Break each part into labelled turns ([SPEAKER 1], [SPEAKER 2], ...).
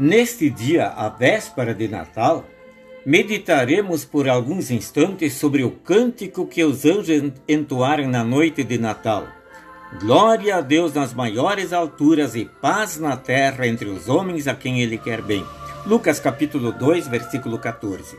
[SPEAKER 1] Neste dia, a véspera de Natal, meditaremos por alguns instantes sobre o cântico que os anjos entoaram na noite de Natal. Glória a Deus nas maiores alturas e paz na terra entre os homens a quem Ele quer bem. Lucas capítulo 2, versículo 14.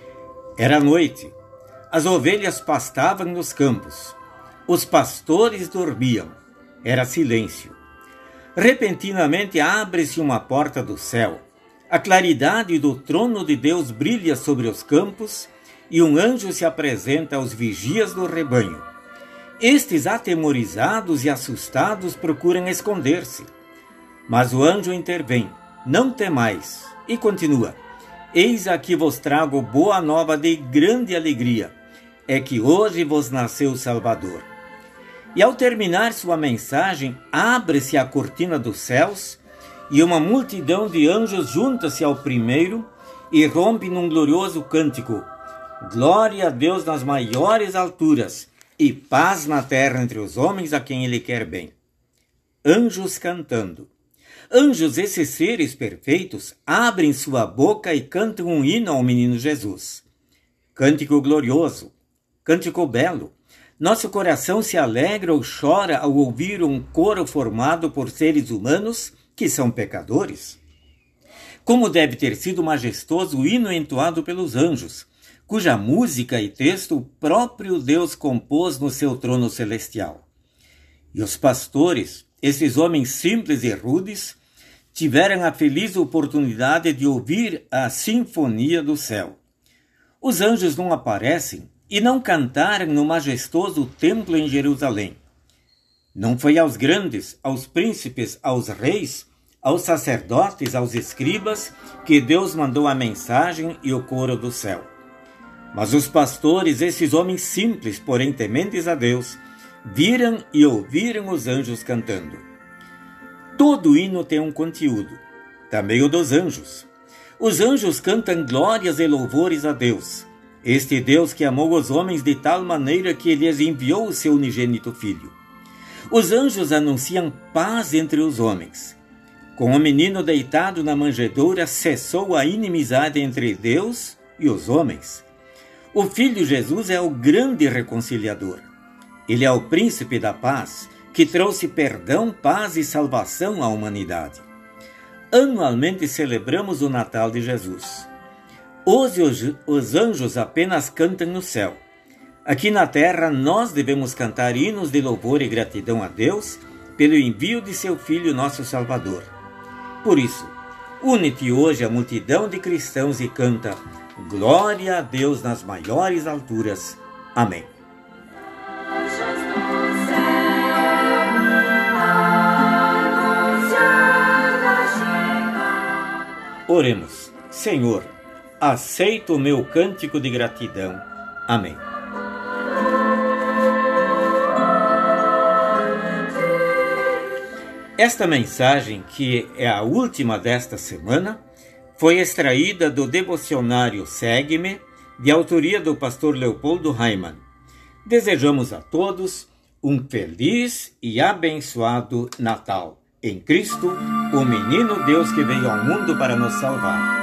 [SPEAKER 1] Era noite. As ovelhas pastavam nos campos. Os pastores dormiam. Era silêncio. Repentinamente abre-se uma porta do céu. A claridade do trono de Deus brilha sobre os campos e um anjo se apresenta aos vigias do rebanho. Estes, atemorizados e assustados, procuram esconder-se. Mas o anjo intervém. Não temais. E continua. Eis aqui vos trago boa nova de grande alegria. É que hoje vos nasceu o Salvador. E ao terminar sua mensagem, abre-se a cortina dos céus e uma multidão de anjos junta-se ao primeiro e rompe num glorioso cântico. Glória a Deus nas maiores alturas e paz na terra entre os homens a quem Ele quer bem. Anjos cantando. Anjos, esses seres perfeitos, abrem sua boca e cantam um hino ao menino Jesus. Cântico glorioso, cântico belo. Nosso coração se alegra ou chora ao ouvir um coro formado por seres humanos que são pecadores. Como deve ter sido majestoso o hino entoado pelos anjos, cuja música e texto o próprio Deus compôs no seu trono celestial. E os pastores, esses homens simples e rudes, tiveram a feliz oportunidade de ouvir a sinfonia do céu. Os anjos não aparecem e não cantaram no majestoso templo em Jerusalém. Não foi aos grandes, aos príncipes, aos reis, aos sacerdotes, aos escribas, que Deus mandou a mensagem e o coro do céu. Mas os pastores, esses homens simples, porém tementes a Deus, viram e ouviram os anjos cantando. Todo hino tem um conteúdo, também o dos anjos. Os anjos cantam glórias e louvores a Deus, este Deus que amou os homens de tal maneira que lhes enviou o seu unigênito Filho. Os anjos anunciam paz entre os homens. Com o menino deitado na manjedoura, cessou a inimizade entre Deus e os homens. O Filho Jesus é o grande reconciliador. Ele é o príncipe da paz, que trouxe perdão, paz e salvação à humanidade. Anualmente celebramos o Natal de Jesus. Hoje os anjos apenas cantam no céu. Aqui na terra nós devemos cantar hinos de louvor e gratidão a Deus pelo envio de seu Filho, nosso Salvador. Por isso, une-te hoje à multidão de cristãos e canta Glória a Deus nas maiores alturas. Amém. Oremos. Senhor, aceita o meu cântico de gratidão. Amém. Esta mensagem, que é a última desta semana, foi extraída do devocionário Segue-me, de autoria do pastor Leopoldo Raimann. Desejamos a todos um feliz e abençoado Natal. Em Cristo, o menino Deus que veio ao mundo para nos salvar.